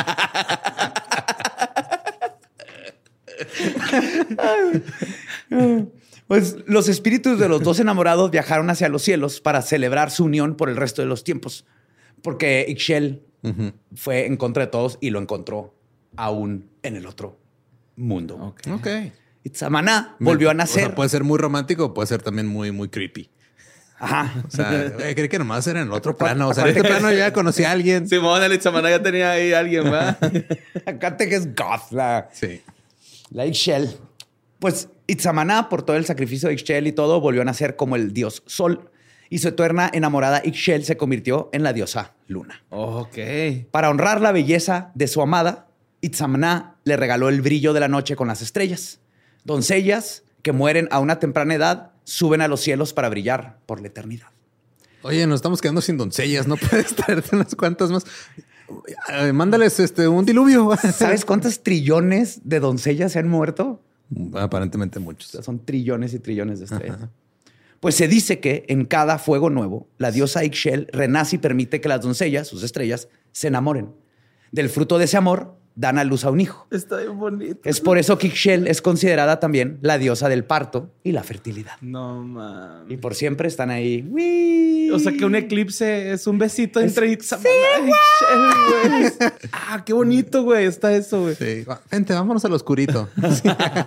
[SPEAKER 3] Pues los espíritus de los dos enamorados viajaron hacia los cielos para celebrar su unión por el resto de los tiempos. Porque Ixchel uh-huh. fue en contra de todos y lo encontró aún en el otro mundo.
[SPEAKER 5] Ok. okay.
[SPEAKER 3] Itzamaná volvió a nacer.
[SPEAKER 5] O sea, puede ser muy romántico o puede ser también muy, muy creepy.
[SPEAKER 3] Ajá.
[SPEAKER 5] O sea, creí que nomás era en el otro plano. O sea, en este plano ya conocí a alguien.
[SPEAKER 6] Simón, el Itzamaná ya tenía ahí a alguien, ¿verdad?
[SPEAKER 3] Acá te que es goth, la,
[SPEAKER 5] sí.
[SPEAKER 3] la Ixchel. Pues Itzamaná, por todo el sacrificio de Ixchel y todo, volvió a nacer como el dios Sol. Y su eterna enamorada Ixchel se convirtió en la diosa Luna.
[SPEAKER 6] Ok.
[SPEAKER 3] Para honrar la belleza de su amada, Itzamaná le regaló el brillo de la noche con las estrellas. Doncellas que mueren a una temprana edad suben a los cielos para brillar por la eternidad.
[SPEAKER 5] Oye, nos estamos quedando sin doncellas. ¿No puedes traerte unas cuantas más? Eh, mándales este, un diluvio.
[SPEAKER 3] ¿Sabes cuántos trillones de doncellas se han muerto?
[SPEAKER 5] Aparentemente muchos.
[SPEAKER 3] O sea, son trillones y trillones de estrellas. Ajá. Pues se dice que en cada fuego nuevo, la diosa Ixchel renace y permite que las doncellas, sus estrellas, se enamoren. Del fruto de ese amor, dan a luz a un hijo.
[SPEAKER 6] Está bien bonito.
[SPEAKER 3] Es por eso que Ixchel es considerada también la diosa del parto y la fertilidad.
[SPEAKER 6] No, mames.
[SPEAKER 3] Y por siempre están ahí. ¡Wii!
[SPEAKER 6] O sea que un eclipse es un besito
[SPEAKER 3] es...
[SPEAKER 6] entre Itzamaná y Ixchel, güey. Ah, qué bonito, güey. Está eso, güey.
[SPEAKER 5] Sí. Vente, vámonos al oscurito. Sí.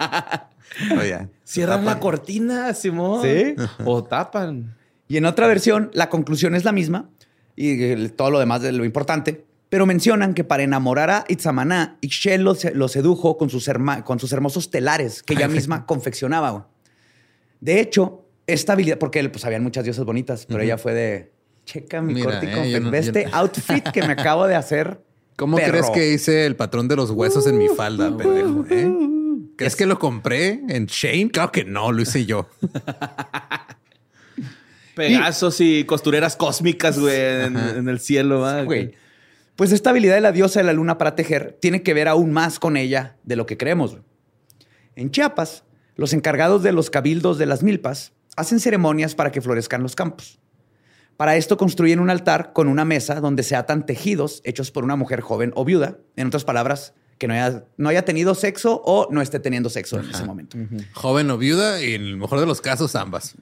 [SPEAKER 5] Oye,
[SPEAKER 6] cierran la cortina, Simón.
[SPEAKER 3] Sí.
[SPEAKER 6] O tapan.
[SPEAKER 3] Y en otra versión, la conclusión es la misma y todo lo demás de lo importante. Pero mencionan que para enamorar a Itzamaná, Ixchel lo, lo sedujo con sus, herma, con sus hermosos telares que ella misma confeccionaba. De hecho, esta habilidad, porque pues habían muchas diosas bonitas, pero uh-huh. ella fue de, checa mi corte y eh, no, ve este no... outfit que me acabo de hacer.
[SPEAKER 5] ¿Cómo
[SPEAKER 3] perro.
[SPEAKER 5] crees que hice el patrón de los huesos uh, en mi falda, uh, pendejo? ¿Eh? ¿Crees es... que lo compré en Shane? Claro que no, lo hice yo.
[SPEAKER 6] Pegasos y... y costureras cósmicas, güey, en, en el cielo,
[SPEAKER 3] sí, güey. Pues esta habilidad de la diosa de la luna para tejer tiene que ver aún más con ella de lo que creemos. En Chiapas, los encargados de los cabildos de las milpas hacen ceremonias para que florezcan los campos. Para esto construyen un altar con una mesa donde se atan tejidos hechos por una mujer joven o viuda. En otras palabras, que no haya, no haya tenido sexo o no esté teniendo sexo Ajá. en ese momento.
[SPEAKER 5] Uh-huh. Joven o viuda y en el mejor de los casos ambas.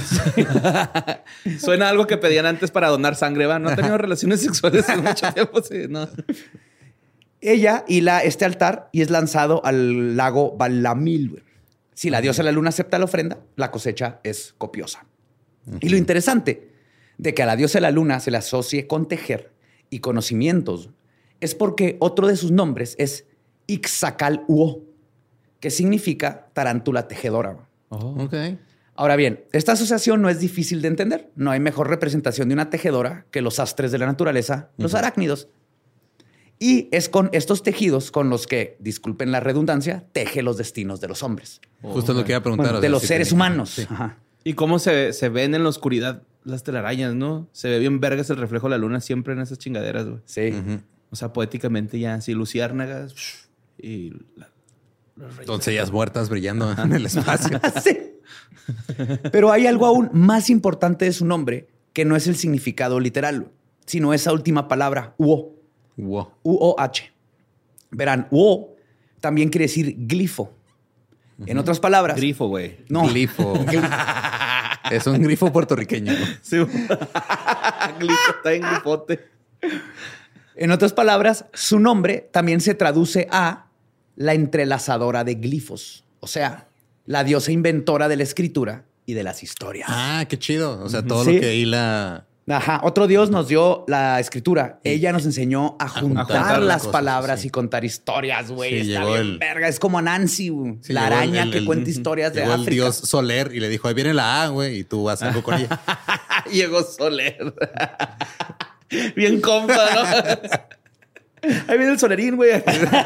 [SPEAKER 6] Suena algo que pedían antes para donar sangre, ¿va? No ha tenido relaciones sexuales en mucho tiempo. Sí, no.
[SPEAKER 3] Ella hila este altar y es lanzado al lago Balamil. Güey. Si la diosa de la luna acepta la ofrenda, la cosecha es copiosa. Uh-huh. Y lo interesante de que a la diosa de la luna se le asocie con tejer y conocimientos es porque otro de sus nombres es Ixacalhuo, que significa tarántula tejedora.
[SPEAKER 6] Oh.
[SPEAKER 5] Ok.
[SPEAKER 3] Ahora bien, esta asociación no es difícil de entender. No hay mejor representación de una tejedora que los sastres de la naturaleza, los uh-huh. arácnidos. Y es con estos tejidos con los que, disculpen la redundancia, teje los destinos de los hombres.
[SPEAKER 5] Justo es lo que iba a preguntar.
[SPEAKER 3] Bueno,
[SPEAKER 5] o
[SPEAKER 3] de
[SPEAKER 5] sea,
[SPEAKER 3] los
[SPEAKER 5] si
[SPEAKER 3] seres
[SPEAKER 5] tenía...
[SPEAKER 3] humanos.
[SPEAKER 5] Sí.
[SPEAKER 3] Ajá.
[SPEAKER 6] Y cómo se, se ven en la oscuridad las telarañas, ¿no? Se ve bien vergas el reflejo de la luna siempre en esas chingaderas, güey.
[SPEAKER 3] Sí.
[SPEAKER 6] Uh-huh. O sea, poéticamente ya, así, luciérnagas y... La,
[SPEAKER 5] doncellas muertas brillando en el espacio.
[SPEAKER 3] Sí. Pero hay algo aún más importante de su nombre, que no es el significado literal, sino esa última palabra, uo.
[SPEAKER 5] Uo.
[SPEAKER 3] U O H. Verán, uo también quiere decir glifo. Uh-huh. En otras palabras...
[SPEAKER 6] Grifo, güey.
[SPEAKER 3] No.
[SPEAKER 5] Glifo. Es un grifo puertorriqueño.
[SPEAKER 6] Sí. Glifo está en grifote.
[SPEAKER 3] En otras palabras, su nombre también se traduce a la entrelazadora de glifos. O sea, la diosa inventora de la escritura y de las historias.
[SPEAKER 5] Ah, qué chido. O sea, todo
[SPEAKER 3] sí.
[SPEAKER 5] lo que hila...
[SPEAKER 3] Ajá. Otro dios nos dio la escritura. Ella nos enseñó a juntar, a juntar las cosas, palabras sí. y contar historias, güey.
[SPEAKER 5] Sí,
[SPEAKER 3] Está
[SPEAKER 5] llegó
[SPEAKER 3] bien
[SPEAKER 5] el...
[SPEAKER 3] verga. Es como Nancy, sí, la araña el, el, que el, cuenta historias de África.
[SPEAKER 5] El dios Soler y le dijo, ahí viene la A, güey, y tú vas algo con ella.
[SPEAKER 6] Llegó Soler. Bien compa, ¿no? Ahí viene el solerín, güey.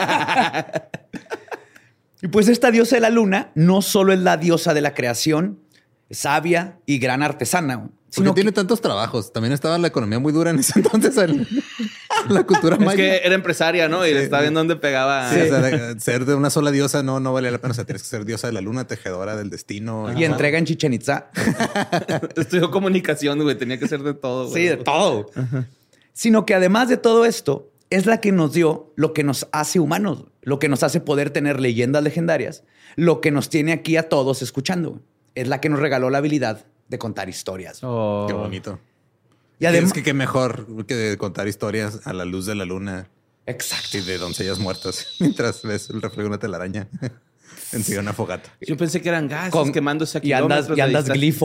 [SPEAKER 3] Y pues esta diosa de la luna no solo es la diosa de la creación, sabia y gran artesana,
[SPEAKER 5] sino que tiene tantos trabajos. También estaba la economía muy dura en ese entonces. En la cultura maya.
[SPEAKER 6] Es que era empresaria, ¿no? Y sí, estaba viendo dónde pegaba.
[SPEAKER 5] Sí, o sea, de, ser de una sola diosa no, no valía la pena. O sea, tienes que ser diosa de la luna, tejedora del destino.
[SPEAKER 3] Y, y entrega en Chichén Itzá.
[SPEAKER 6] Estudió comunicación, güey. Tenía que ser de todo, güey.
[SPEAKER 3] Sí, de todo. Uh-huh. Sino que además de todo esto, es la que nos dio lo que nos hace humanos, lo que nos hace poder tener leyendas legendarias, lo que nos tiene aquí a todos escuchando. Es la que nos regaló la habilidad de contar historias.
[SPEAKER 5] Oh. Qué bonito.
[SPEAKER 3] Y además,
[SPEAKER 5] es que qué mejor que de contar historias a la luz de la luna.
[SPEAKER 3] Exacto.
[SPEAKER 5] Y de doncellas muertas mientras ves el reflejo de una telaraña encima de una fogata.
[SPEAKER 6] Yo pensé que eran gases
[SPEAKER 3] Con,
[SPEAKER 6] quemándose a
[SPEAKER 3] y andas, y andas
[SPEAKER 6] distancia.
[SPEAKER 3] glifo.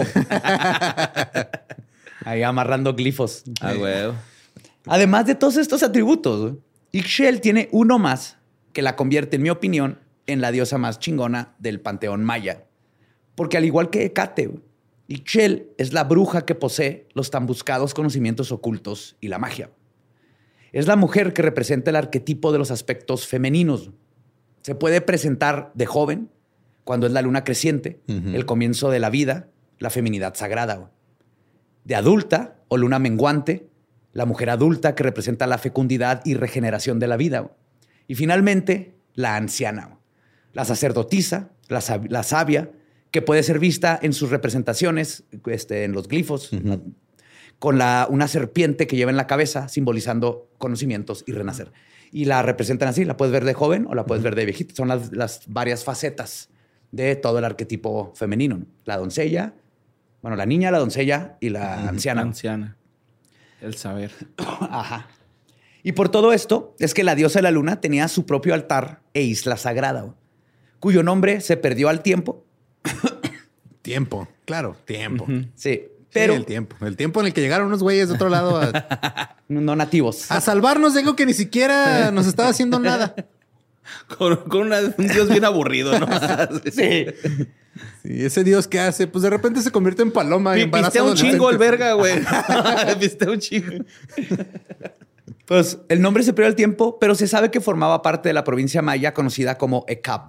[SPEAKER 3] Ahí amarrando glifos.
[SPEAKER 6] Ah, güey.
[SPEAKER 3] Además de todos estos atributos, Ixchel tiene uno más que la convierte, en mi opinión, en la diosa más chingona del panteón maya. Porque al igual que Hécate, Ixchel es la bruja que posee los tan buscados conocimientos ocultos y la magia. Es la mujer que representa el arquetipo de los aspectos femeninos. Se puede presentar de joven, cuando es la luna creciente, uh-huh. el comienzo de la vida, la feminidad sagrada. De adulta o luna menguante, la mujer adulta que representa la fecundidad y regeneración de la vida. Y finalmente, la anciana, la sacerdotisa, la, sab- la sabia, que puede ser vista en sus representaciones, este, en los glifos, uh-huh. con la, una serpiente que lleva en la cabeza, simbolizando conocimientos y renacer. Y la representan así, la puedes ver de joven o la puedes uh-huh. ver de viejita. Son las, las varias facetas de todo el arquetipo femenino, ¿no? La doncella, bueno, la niña, la doncella y la uh-huh. anciana.
[SPEAKER 6] Anciana. El saber.
[SPEAKER 3] Ajá. Y por todo esto, es que la diosa de la luna tenía su propio altar e isla sagrada, cuyo nombre se perdió al tiempo.
[SPEAKER 5] Tiempo, claro, tiempo.
[SPEAKER 3] Uh-huh. Sí, pero...
[SPEAKER 5] Sí, el tiempo. El tiempo en el que llegaron unos güeyes de otro lado a...
[SPEAKER 3] no nativos.
[SPEAKER 5] A salvarnos de algo que ni siquiera nos estaba haciendo nada.
[SPEAKER 6] Con, con una, un dios bien aburrido, ¿no?
[SPEAKER 3] Sí.
[SPEAKER 5] Sí, ese dios que hace, pues de repente se convierte en paloma.
[SPEAKER 6] P- Pistea un chingo el verga, güey. Pistea un chingo.
[SPEAKER 3] Pues el nombre se perdió al tiempo, pero se sabe que formaba parte de la provincia maya conocida como Ecab.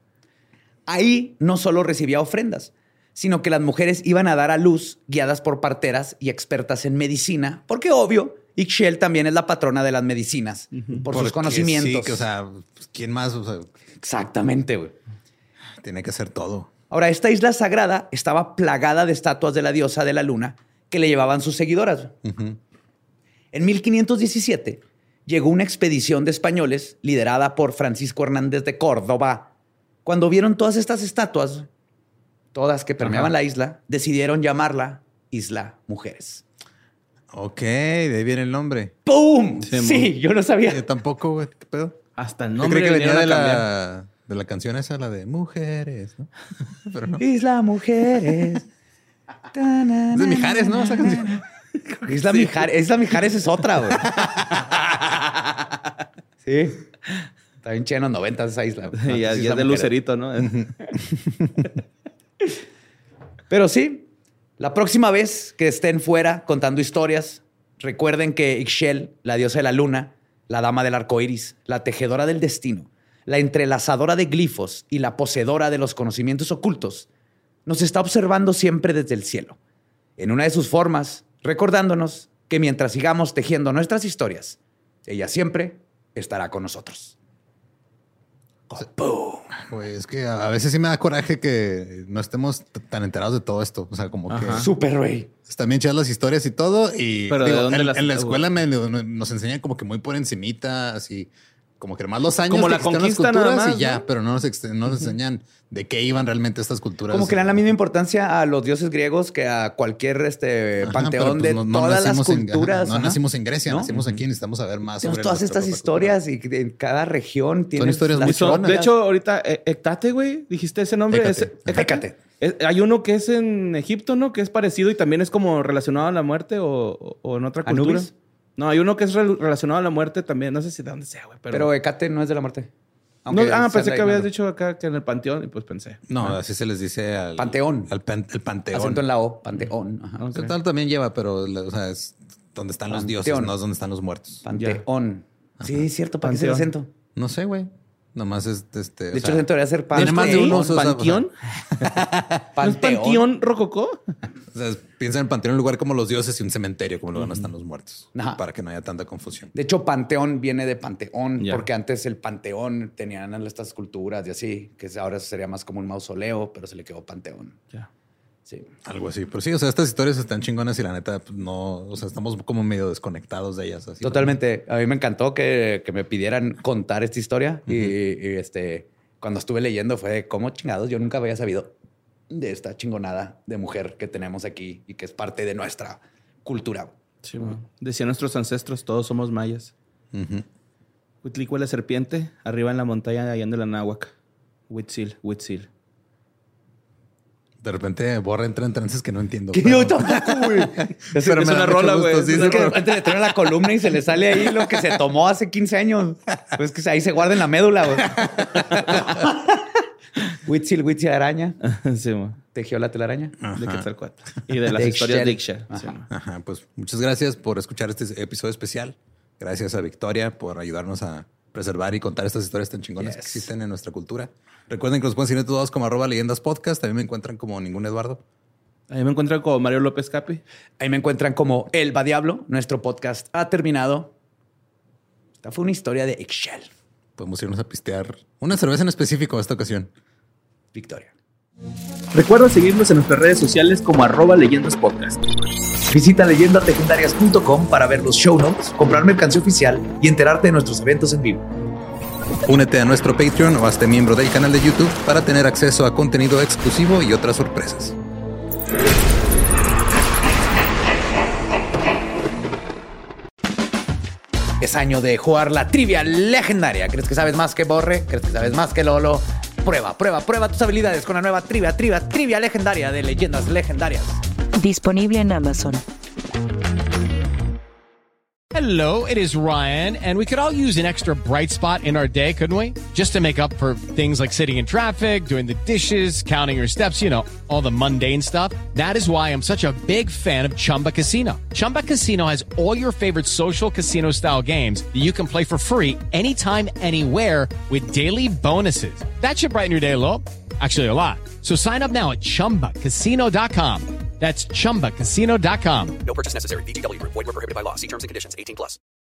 [SPEAKER 3] Ahí no solo recibía ofrendas, sino que las mujeres iban a dar a luz guiadas por parteras y expertas en medicina, porque obvio, Ixchel también es la patrona de las medicinas, uh-huh. por porque sus conocimientos.
[SPEAKER 5] Sí, que, o sea, ¿quién más? O sea,
[SPEAKER 3] exactamente, güey.
[SPEAKER 5] Tiene que hacer todo.
[SPEAKER 3] Ahora, esta isla sagrada estaba plagada de estatuas de la diosa de la luna que le llevaban sus seguidoras. Uh-huh. En mil quinientos diecisiete llegó una expedición de españoles liderada por Francisco Hernández de Córdoba. Cuando vieron todas estas estatuas, todas que permeaban Ajá. la isla, decidieron llamarla Isla Mujeres.
[SPEAKER 5] Ok, de ahí viene el nombre.
[SPEAKER 3] ¡Pum! Sí, sí yo no sabía.
[SPEAKER 5] Yo tampoco, güey. ¿Qué pedo?
[SPEAKER 6] Hasta el nombre.
[SPEAKER 5] Yo creí que venía de la, de la canción esa, la de Mujeres, ¿no? Pero no.
[SPEAKER 3] Isla Mujeres.
[SPEAKER 5] Es de Mijares, ¿no? Esa canción.
[SPEAKER 3] Isla sí. Mijares. Isla Mijares es otra, güey. Sí. Está bien chida en los noventas esa isla.
[SPEAKER 6] Y ya, ya es de Lucerito, ¿no?
[SPEAKER 3] Pero sí, la próxima vez que estén fuera contando historias, recuerden que Ixchel, la diosa de la luna, la dama del arco iris, la tejedora del destino, la entrelazadora de glifos y la poseedora de los conocimientos ocultos, nos está observando siempre desde el cielo, en una de sus formas, recordándonos que mientras sigamos tejiendo nuestras historias, ella siempre estará con nosotros. ¡Pum!
[SPEAKER 5] Güey, es que a veces sí me da coraje que no estemos t- tan enterados de todo esto. O sea, como
[SPEAKER 6] Ajá.
[SPEAKER 5] que
[SPEAKER 3] Súper, güey.
[SPEAKER 5] están bien chidas las historias y todo. Y
[SPEAKER 6] Pero
[SPEAKER 5] digo,
[SPEAKER 6] ¿de dónde
[SPEAKER 5] en,
[SPEAKER 6] las-
[SPEAKER 5] en la escuela me- nos enseñan como que muy por encimita, así como que más los años
[SPEAKER 6] Como
[SPEAKER 5] que
[SPEAKER 6] la
[SPEAKER 5] existen las
[SPEAKER 6] conquista nada
[SPEAKER 5] culturas
[SPEAKER 6] más,
[SPEAKER 5] y ya,
[SPEAKER 6] ¿no?
[SPEAKER 5] pero no nos, ex- no nos enseñan de qué iban realmente estas culturas.
[SPEAKER 3] Como que le dan la misma importancia a los dioses griegos que a cualquier este,
[SPEAKER 5] Ajá,
[SPEAKER 3] panteón
[SPEAKER 5] pero, pues,
[SPEAKER 3] de
[SPEAKER 5] no- no
[SPEAKER 3] todas las
[SPEAKER 5] nacimos en-
[SPEAKER 3] culturas.
[SPEAKER 5] ajá, no
[SPEAKER 3] Ajá.
[SPEAKER 5] nacimos en Grecia,
[SPEAKER 3] ¿No?
[SPEAKER 5] nacimos aquí, necesitamos saber más.
[SPEAKER 3] Tenemos
[SPEAKER 5] sobre
[SPEAKER 3] todas
[SPEAKER 5] nuestra
[SPEAKER 3] estas
[SPEAKER 5] propia
[SPEAKER 3] historias y en cada región tiene
[SPEAKER 5] historias muy
[SPEAKER 6] Son-
[SPEAKER 5] chonas.
[SPEAKER 6] de hecho, ahorita, eh, Ectate, güey, dijiste ese nombre.
[SPEAKER 5] Hécate.
[SPEAKER 6] Es-
[SPEAKER 3] Hécate.
[SPEAKER 6] Es- hay uno que es en Egipto, ¿no? Que es parecido y también es como relacionado a la muerte o, o- o en otra cultura.
[SPEAKER 3] ¿Anubis?
[SPEAKER 6] No, hay uno que es re- relacionado a la muerte también. No sé si de dónde sea, güey. Pero,
[SPEAKER 3] Pero Hécate no es de la muerte.
[SPEAKER 6] No,
[SPEAKER 3] Aunque
[SPEAKER 6] ah,
[SPEAKER 3] sea
[SPEAKER 6] pensé
[SPEAKER 3] de-
[SPEAKER 6] que habías
[SPEAKER 3] no.
[SPEAKER 6] dicho acá que en el panteón y pues pensé.
[SPEAKER 5] No, así se les dice al
[SPEAKER 3] Panteón.
[SPEAKER 5] Al pan- el panteón.
[SPEAKER 3] Acento en la O, panteón. Ajá.
[SPEAKER 6] Ok.
[SPEAKER 5] Que tal también lleva, pero la- o sea, es donde están los dioses,
[SPEAKER 3] Panteón.
[SPEAKER 5] no es donde están los muertos.
[SPEAKER 3] Panteón. Sí, es cierto. ¿Para qué es el
[SPEAKER 6] Panteón.
[SPEAKER 3] acento?
[SPEAKER 5] No sé, güey. Nomás es este.
[SPEAKER 3] De hecho, el acento debería ser
[SPEAKER 5] tiene
[SPEAKER 3] panteón.
[SPEAKER 5] más de uno. o sea,
[SPEAKER 6] ¿Panteón? ¿No es panteón rococó?
[SPEAKER 5] O sea, piensa en el panteón en un lugar como los dioses y un cementerio como el lugar donde están los muertos.
[SPEAKER 3] Ajá.
[SPEAKER 5] Para que no haya tanta confusión.
[SPEAKER 3] De hecho, panteón viene de panteón,
[SPEAKER 6] Ya.
[SPEAKER 3] porque antes el panteón tenían estas culturas y así, que ahora sería más como un mausoleo, pero se le quedó panteón.
[SPEAKER 6] Ya.
[SPEAKER 3] Sí.
[SPEAKER 5] Algo así. Pero sí, o sea, estas historias están chingonas y la neta, pues, no, o sea, estamos como medio desconectados de ellas. Así,
[SPEAKER 3] Totalmente. A mí me encantó que, que me pidieran contar esta historia y, y, este, cuando estuve leyendo fue de cómo chingados. Yo nunca había sabido de esta chingonada de mujer que tenemos aquí y que es parte de nuestra cultura.
[SPEAKER 6] Sí, güey. Decían nuestros ancestros, todos somos mayas.
[SPEAKER 5] Ujú.
[SPEAKER 6] Huitlicue la serpiente, arriba en la montaña de allá de la Náhuac. Huitzil, Huitzil.
[SPEAKER 5] De repente Borra entra en trances que no entiendo.
[SPEAKER 3] Que
[SPEAKER 5] pero-
[SPEAKER 3] yo tampoco, güey.
[SPEAKER 6] Es,
[SPEAKER 5] Pero
[SPEAKER 6] es
[SPEAKER 5] me da
[SPEAKER 6] una
[SPEAKER 5] mucho
[SPEAKER 6] rola,
[SPEAKER 5] gusto,
[SPEAKER 6] güey.
[SPEAKER 5] sí,
[SPEAKER 6] Es
[SPEAKER 5] sí,
[SPEAKER 6] una
[SPEAKER 3] Es que de
[SPEAKER 6] rola.
[SPEAKER 3] repente le traen la columna y se le sale ahí lo que se tomó hace quince años. Pues que ahí se guarda en la médula, güey. Huitzil, Huitzil araña.
[SPEAKER 6] Sí, güey.
[SPEAKER 3] Tejió la telaraña.
[SPEAKER 6] De Quetzalcóatl. Y de las
[SPEAKER 3] De
[SPEAKER 6] historias de
[SPEAKER 3] Ixchel.
[SPEAKER 6] Ixchel. Sí, güey.
[SPEAKER 5] Ajá, pues muchas gracias por escuchar este episodio especial. Gracias a Victoria por ayudarnos a preservar y contar estas historias tan chingonas
[SPEAKER 3] Yes.
[SPEAKER 5] que existen en nuestra cultura. Recuerden que los pueden seguir todos como arroba leyendas podcast. También me encuentran como ningún Eduardo.
[SPEAKER 6] Ahí me encuentran con Mario López Capi.
[SPEAKER 3] Ahí me encuentran como El Va Diablo. Nuestro podcast ha terminado. Esta fue una historia de Ixchel.
[SPEAKER 5] Podemos irnos a pistear una cerveza en específico esta ocasión.
[SPEAKER 3] Victoria.
[SPEAKER 6] Recuerda seguirnos en nuestras redes sociales como arroba leyendas podcast.
[SPEAKER 3] Visita leyendas legendarias punto com para ver los show notes, comprar mercancía oficial y enterarte de nuestros eventos en vivo.
[SPEAKER 5] Únete a nuestro Patreon o hazte miembro del canal de YouTube para tener acceso a contenido exclusivo y otras sorpresas.
[SPEAKER 3] Es año de jugar la trivia legendaria. ¿Crees que sabes más que Borre? ¿Crees que sabes más que Lolo? Prueba, prueba, prueba tus habilidades con la nueva trivia, trivia, trivia legendaria de leyendas legendarias.
[SPEAKER 4] Disponible en Amazon.
[SPEAKER 7] Hello, it is Ryan, and we could all use an extra bright spot in our day, couldn't we? Just to make up for things like sitting in traffic, doing the dishes, counting your steps, you know, all the mundane stuff. That is why I'm such a big fan of Chumba Casino. Chumba Casino has all your favorite social casino style games that you can play for free anytime, anywhere with daily bonuses. That should brighten your day a little. Actually, a lot. So sign up now at chumba casino dot com. That's chumba casino dot com.
[SPEAKER 8] No purchase necessary. V G W Group. Void where prohibited by law. See terms and conditions. eighteen plus.